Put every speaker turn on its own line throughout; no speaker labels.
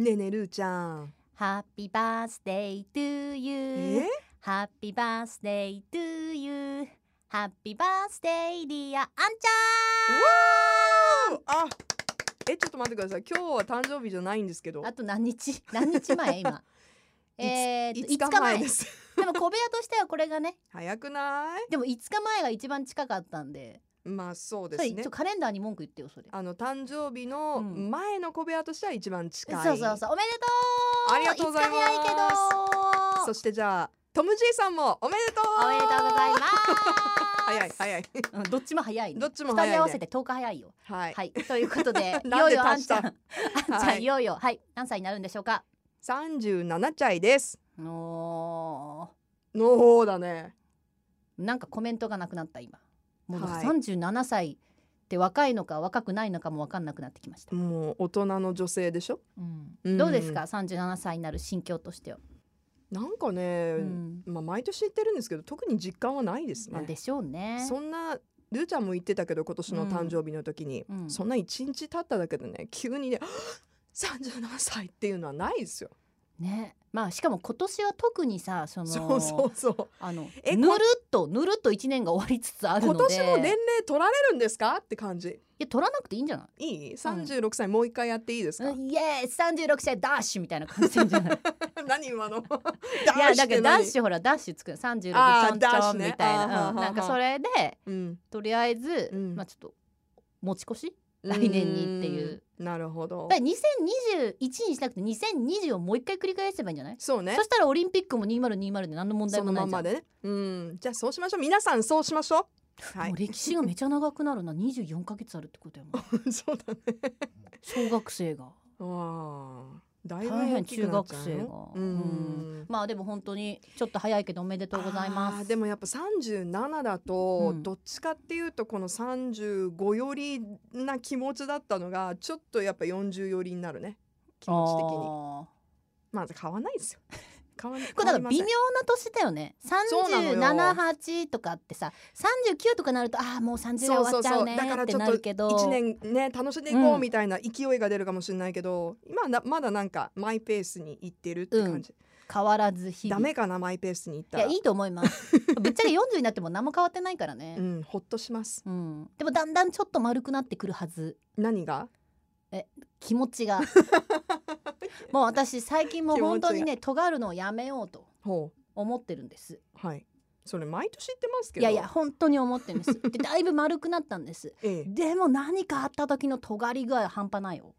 ねえねえるーちゃん、
ハッピーバースデートゥーユー。ハッピーバースデートゥーユー。ハッピーバースデーディアあんち
あ、ちょっと待ってください。今日は誕生日じゃないんですけど、
ゃん。あと何日前今
5
5
日
日前
前です
でも小部屋としてはこれがね、
早くない？
でも5日前が一番近かったんで、
まあそうで
それ
すね。
カレンダーに文句言ってよそれ。
誕生日の前の小部屋としては一番近い、
そうそうそう、おめでとう。
ありがとうございます。
5日早いけど。
そしてじゃあトム・ジーさんもおめでとう。
おめでとうございます
早い
どっちも早いね。
どっちも早いね
2人合わせて10日早いよ。
はい、
はい、ということでい
なんで
よいよあん
足した
ちゃんいよいよ、はい、何歳になるんでしょうか。
37歳です
の
の方だね。
なんかコメントがなくなった今。もう
はい
37歳って若いのか若くないのかも分かんなくなってきました。
もう大人の女性でしょ。
どうですか37歳になる心境としては。
なんかね、毎年言ってるんですけど特に実感はないですね。
でしょうね。
そんなルーちゃんも言ってたけど今年の誕生日の時に、そんな1日経っただけでね急にね37歳っていうのはないですよ
ね。まあしかも今年は特にさ
そうぬ
るっと1年が終わりつつあるので、
今年も年齢取られるんですかって感じ。
いや取らなくていいんじゃない？
いい36歳もう一回やっていいですか？
イエーイ36歳ダッシュみたいな感じなんじゃない？
何今の
いやだけどダッシュほらダッシュつく36ちょんちょんみたいな、なんかそれで、とりあえず、まあちょっと持ち越し来年にっていう。
なるほど。
だから2021にしなくて2020をもう一回繰り返せばいいんじゃない？
そうね。
そしたらオリンピックも2020で何の問題もないじゃん。
そのままでね。じゃあそうしましょう。皆さんそうしましょう。
もう歴史がめちゃ長くなるな。24ヶ月あるってことやもん。
そうだね。
小学生が。
大
変中学生が。まあでも本当にちょっと早いけどおめでとうございます。
でもやっぱ37だと、どっちかっていうとこの35よりな気持ちだったのがちょっとやっぱ40よりになるね、気持ち的に。まず変わんないですよ。
これだから微妙な年だよね。37、8とかってさ、39とかなるともう30年終わっちゃうねってなるけど、
1年ね楽しんでいこうみたいな勢いが出るかもしれないけど、今まだなんかマイペースにいってるって感じ。
変わらず日々。
ダメかなマイペースにいったら。
いやいいと思います。ぶっちゃけ40になっても何も変わってないからね。
ほっとします。
でもだんだんちょっと丸くなってくるはず。
何が？
気持ちがもう私最近もう本当にね尖るのをやめようと思ってるんです。
はい、それ毎年言ってますけど。
いや本当に思ってるんです。でだいぶ丸くなったんです、でも何かあった時の尖り具合は半端ないよ。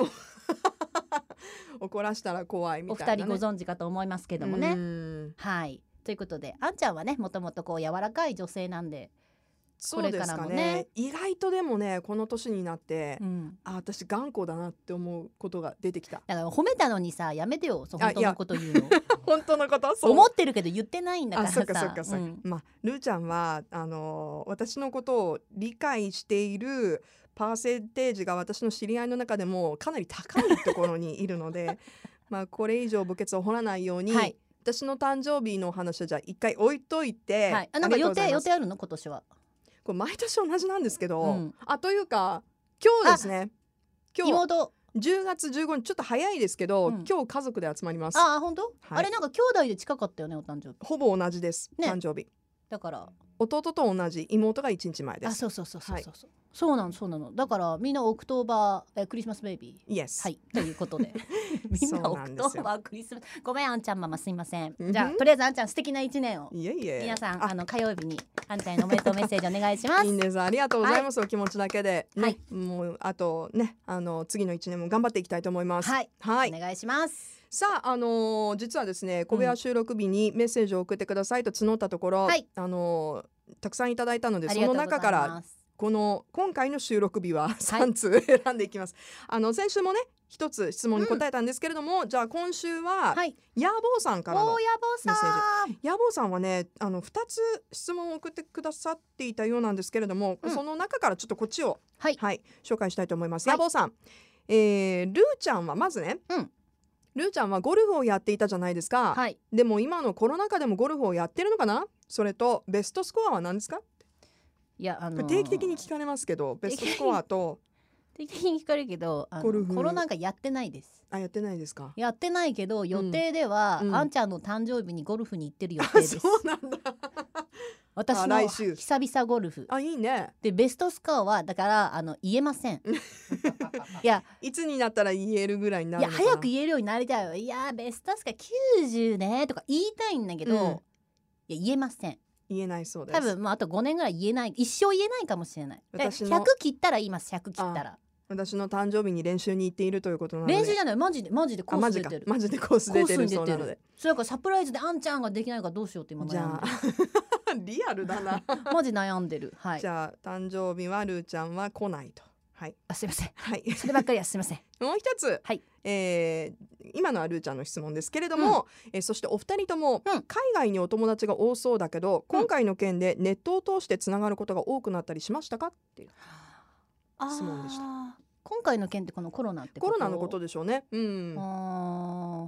怒らしたら怖いみたいな、ね、
お二人ご存知かと思いますけどもね。はいということであんちゃんはねもともとこう柔らかい女性なんで、
そうですかね。意外とでもねこの年になって、私頑固だなって思うことが出てきた。
だから褒めたのにさやめてよ、本当のこと言うの。
本当のこと
思ってるけど言ってないんだからさ。
まあルーちゃんは私のことを理解しているパーセンテージが私の知り合いの中でもかなり高いところにいるのでまあこれ以上墓穴を掘らないように、私の誕生日の話はじゃあ一回置いといて、
なんか予定あるの今年は？
これ毎年同じなんですけど、というか今日ですね、今日
妹
10月15日ちょっと早いですけど、今日家族で集まります。
本当？あれなんか兄弟で近かったよねお誕生日。
ほぼ同じです、誕生日。だから弟と同じ、妹が1日前です。そうなの。だからみんなオクトーバークリスマスベイビー。 Yes。
はいということでみんなオクトーバークリスマス。ごめんあんちゃんママすいません。じゃあとりあえずあんちゃん素敵な1年を。皆さん火曜日にあんちゃんへのおめでとうメッセージお願いします。
いいんです、ありがとうございます。お気持ちだけでね、もうあとね次の1年も頑張っていきたいと思います。
お願いします。
さあ実はですね小部屋収録日にメッセージを送ってくださいと募ったところ、たくさんいただいたのでその中から今回の収録日は3通選んでいきます。先週もね一つ質問に答えたんですけれども、じゃあ今週はヤーボーさんからのメッセージ。ヤーボーさんはね2つ質問を送ってくださっていたようなんですけれども、その中からちょっとこっちを紹介したいと思います。ヤーボーさん、ルーちゃんはまずね、ルーちゃんはゴルフをやっていたじゃないですか、でも今のコロナ禍でもゴルフをやってるのかな、それとベストスコアは何ですか？いや定期的に聞かれますけどベストスコアと
的に聞かれるけどコロナがやってないです。
やってないですか。
やってないけど予定では、あんちゃんの誕生日にゴルフに行ってる予定です。
そうなんだ。
私の久々ゴルフ。
いいね。
でベストスコアはだから言えません。いや
いつになったら言えるぐらいになるのかな。
いや早く言えるようになりたいよ。いやベストスコア90ねとか言いたいんだけど、いや言えません。
言えないそうです。
多分あと5年ぐらい言えない、一生言えないかもしれない。100切ったら言います。100切ったら。
私の誕生日に練習に行っているということなので。
練習じゃない、マジでコース出てる。
マジでコース出てるそうなので。
それだからサプライズであんちゃんができないからどうしようって今悩んでる。
リアルだな。
マジ悩んでる。はい。
じゃあ誕生日はルーちゃんは来ないと。はい。
すいません。
はい。
そればっかりはすいません。
もう一つ。
はい。
今のはルーちゃんの質問ですけれども、そしてお二人とも海外にお友達が多そうだけど、今回の件でネットを通してつながることが多くなったりしましたかっていう質問でした。
今回の件ってこのコロナってこと？
コロナのことでしょうね。
あんま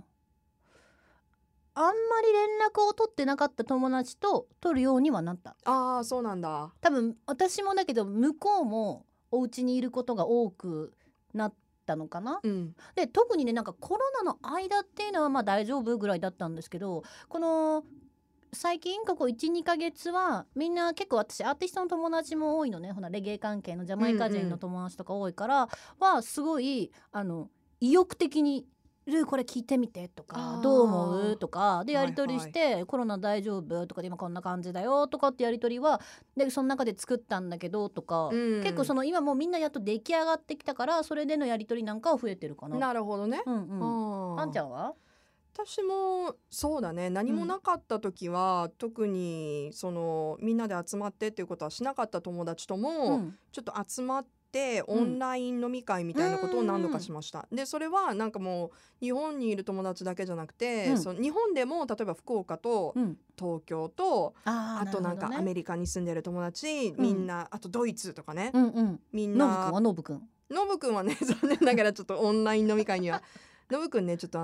り連絡を取ってなかった友達と取るようにはなった。
そうなんだ。
多分私もだけど向こうもお家にいることが多くなったのかな、で特にねなんかコロナの間っていうのはまあ大丈夫ぐらいだったんですけど、この最近ここ 1,2 ヶ月はみんな結構私アーティストの友達も多いのね。ほなレゲエ関係のジャマイカ人の友達とか多いからはすごい意欲的にルーこれ聞いてみてとかどう思うとかでやり取りして、コロナ大丈夫とかで今こんな感じだよとかってやり取りはでその中で作ったんだけどとか、結構その今もうみんなやっと出来上がってきたからそれでのやり取りなんかは増えてるかな。
なるほどね。あ
んちゃんは？
私もそうだね。何もなかった時は、特にそのみんなで集まってっていうことはしなかった友達とも、ちょっと集まってオンライン飲み会みたいなことを何度かしました。でそれはなんかもう日本にいる友達だけじゃなくて、その日本でも例えば福岡と東京と、あとなんかアメリカに住んでる友達、みんなあとドイツとかね、みんな。
ノブくん
はね残念ながらちょっとオンライン飲み会にはノブくんねちょっと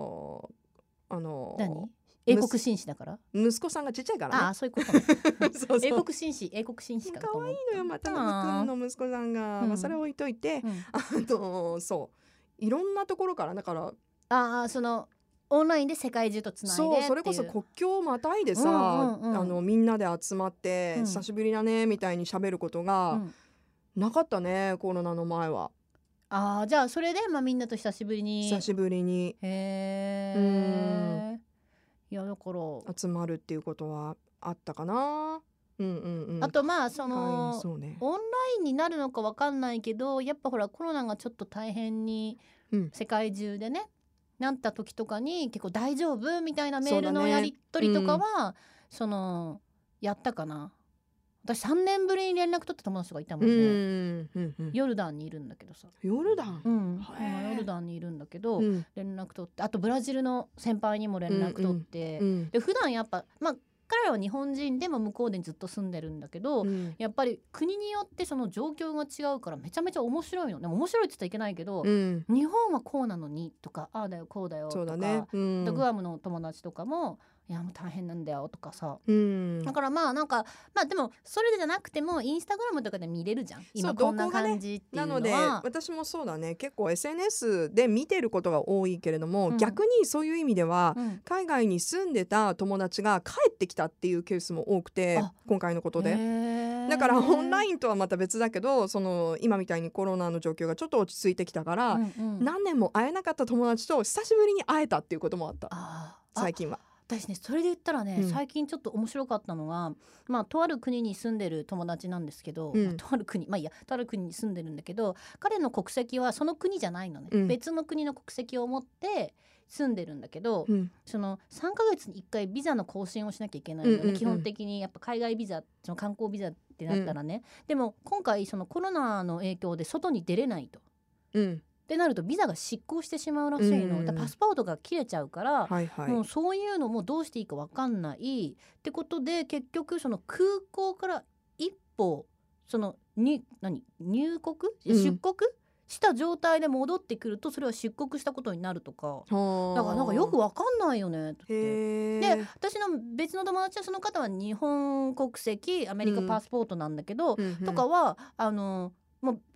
何？英国紳士だから
息子さんがちっちゃいからね。
そういうことね。
そう
英国紳士か
可愛いのよまたノブくんの息子さんが、それ置いといて、そういろんなところからだから
そのオンラインで世界中とつないでっていう。
それこそ国境をまたいでさ、みんなで集まって、久しぶりだねみたいに喋ることがなかったね、コロナの前は。
じゃあそれでみんなと久しぶりにいやだから
集まるっていうことはあったかな。
あとそのオンラインになるのか分かんないけど、やっぱほらコロナがちょっと大変に世界中でね、なった時とかに結構大丈夫みたいなメールのやり取りとかはそのやったかな。私3年ぶりに連絡取った友達がいたもんね。ヨルダンにいるんだけどさ。
ヨルダン、
ヨルダンにいるんだけど、連絡取って、あとブラジルの先輩にも連絡取って、で普段やっぱ彼らは日本人でも向こうでずっと住んでるんだけど、やっぱり国によってその状況が違うからめちゃめちゃ面白いの。でも面白いって言ったらいけないけど、日本はこうなのにとかああだよこうだよとか、グアムの友達とかもいやもう大変なんだよとかさ、だからなんかでもそれじゃなくてもインスタグラムとかで見れるじゃん今こんな感じっていうのは。なので
私もそうだね、結構 SNS で見てることが多いけれども、逆にそういう意味では、海外に住んでた友達が帰ってきたっていうケースも多くて、今回のことで。だからオンラインとはまた別だけど、その今みたいにコロナの状況がちょっと落ち着いてきたから、何年も会えなかった友達と久しぶりに会えたっていうこともあった、最近は。
私ねそれで言ったらね、最近ちょっと面白かったのが、とある国に住んでる友達なんですけど、とある国とある国に住んでるんだけど、彼の国籍はその国じゃないのね、別の国の国籍を持って住んでるんだけど、その3ヶ月に1回ビザの更新をしなきゃいけないのね、基本的にやっぱ海外ビザ、その観光ビザってなったらね、でも今回そのコロナの影響で外に出れないと。ってなるとビザが失効してしまうらしいの、だからパスポートが切れちゃうから、もうそういうのもどうしていいか分かんないってことで、結局その空港から一歩その入国、出国した状態で戻ってくるとそれは出国したことになるとか、だからなんかよく分かんないよねって。で私の別の友達はその方は日本国籍アメリカパスポートなんだけど、とかはもう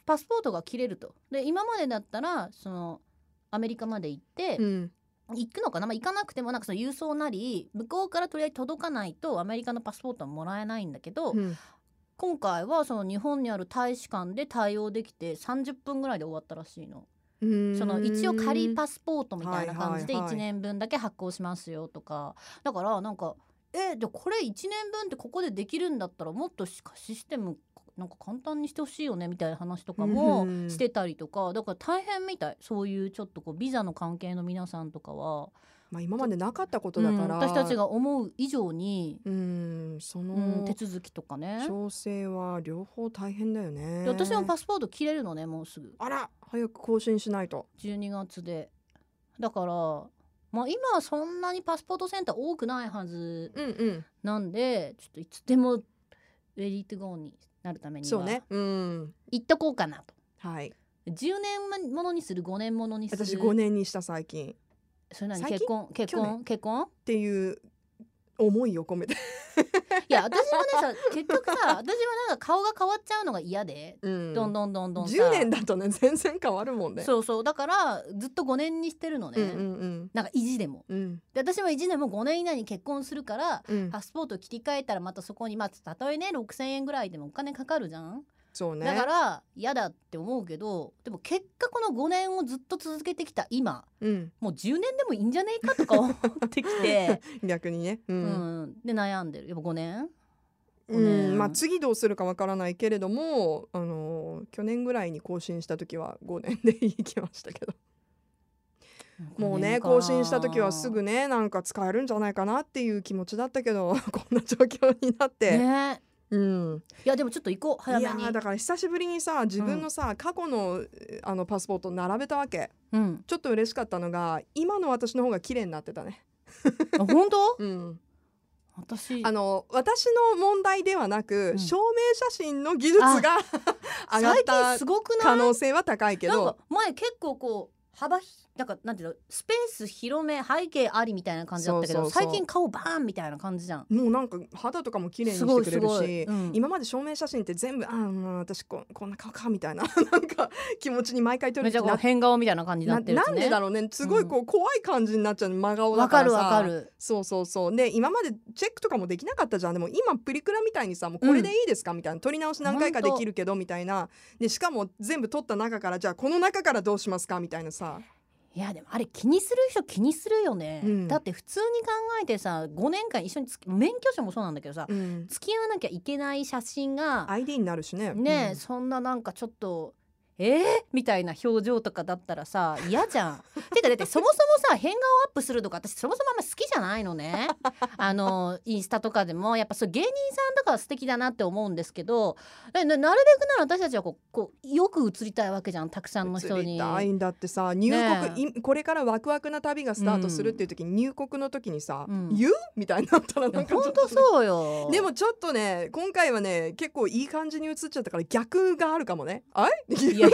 パスポートが切れると。で今までだったらそのアメリカまで行って、行くのかな、行かなくてもなんかその郵送なり向こうからとりあえず届かないとアメリカのパスポートはもらえないんだけど、今回はその日本にある大使館で対応できて30分ぐらいで終わったらしいの。その一応仮パスポートみたいな感じで1年分だけ発行しますよとか、だからなんかでこれ1年分ってここでできるんだったらもっとシステムなんか簡単にしてほしいよねみたいな話とかもしてたりとか、だから大変みたい。そういうちょっとこうビザの関係の皆さんとかは、
今までなかったことだから、
私たちが思う以上に
その
手続きとかね
調整は両方大変だよね。
で私もパスポート切れるのね、もうすぐ。
あら早く更新しないと。
12月で。だから今はそんなにパスポートセンター多くないはずなんで、ちょっといつでもレディートゴーになるためには行っとこうかなと。10年ものにする5年ものにする。
私5年にした最近。
それ何結婚
っていう思いを込めてい
や私もねさ結局さ私はなんか顔が変わっちゃうのが嫌で、どんどんさ
10年だとね全然変わるもんね。
そうだからずっと5年にしてるのね、なんか意地でも、で私も意地でも5年以内に結婚するから、パスポート切り替えたらまたそこにたとえね6,000円ぐらいでもお金かかるじゃん。
そうね、
だから嫌だって思うけど、でも結果この5年をずっと続けてきた今、もう10年でもいいんじゃねえかとか思ってきて
逆にね、
で悩んでる。やっぱ5年
次どうするかわからないけれども、去年ぐらいに更新した時は5年で行きましたけど、もうね更新した時はすぐねなんか使えるんじゃないかなっていう気持ちだったけどこんな状況になってね。
いやでもちょっと行こう早めに。
いやだから久しぶりにさ自分のさ、過去のパスポート並べたわけ、ちょっと嬉しかったのが今の私の方が綺麗になってたね。
本当？
私の問題ではなく、証明写真の技術が上がった可能性は高いけど、
なんか前結構こう幅なんていうのスペース広め背景ありみたいな感じだったけど、最近顔バーンみたいな感じじゃん。
もうなんか肌とかも綺麗にしてくれるし、今まで証明写真って全部私こんな顔かみたいななんか気持ちに毎回撮る
めっちゃ変顔みたいな感じになってるしね。
なんでだろうね、すごいこう怖い感じになっちゃう真顔だからさ。
わかる
そうで今までチェックとかもできなかったじゃん。でも今プリクラみたいにさもうこれでいいですかみたいな、撮り直し何回かできるけどみたいなで、しかも全部撮った中からじゃあこの中からどうしますかみたいなさ。
いやでもあれ気にする人気にするよね、だって普通に考えてさ5年間一緒に免許証もそうなんだけどさ、付き合わなきゃいけない写真が
ID になるしね。
そんななんかちょっとみたいな表情とかだったらさ嫌じゃん。だってそもそもさ変顔アップするとか私そもそもあんま好きじゃないのねインスタとかでもやっぱそう芸人さんとかは素敵だなって思うんですけど、なるべくなら私たちはこうよく映りたいわけじゃん、たくさんの人に。
映りたいんだってさ、入国、これからワクワクな旅がスタートするっていう時に、入国の時にさ、言うみたいになったらなんかちょっと、
本当そうよ。
でもちょっとね今回はね結構いい感じに映っちゃったから逆があるかもね。
い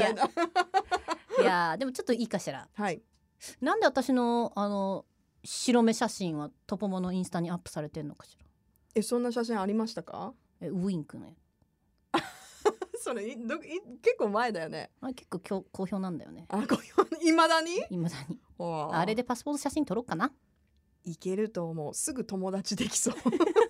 やでもちょっといいかしら。なんで私の白目写真はトポモのインスタにアップされてんのかし
ら。そんな写真ありましたか？
ウインクの
それ結構前だよね。
結構好評なんだよね。
いまだに
あれでパスポート写真撮ろうかな。
いけると思う。すぐ友達できそう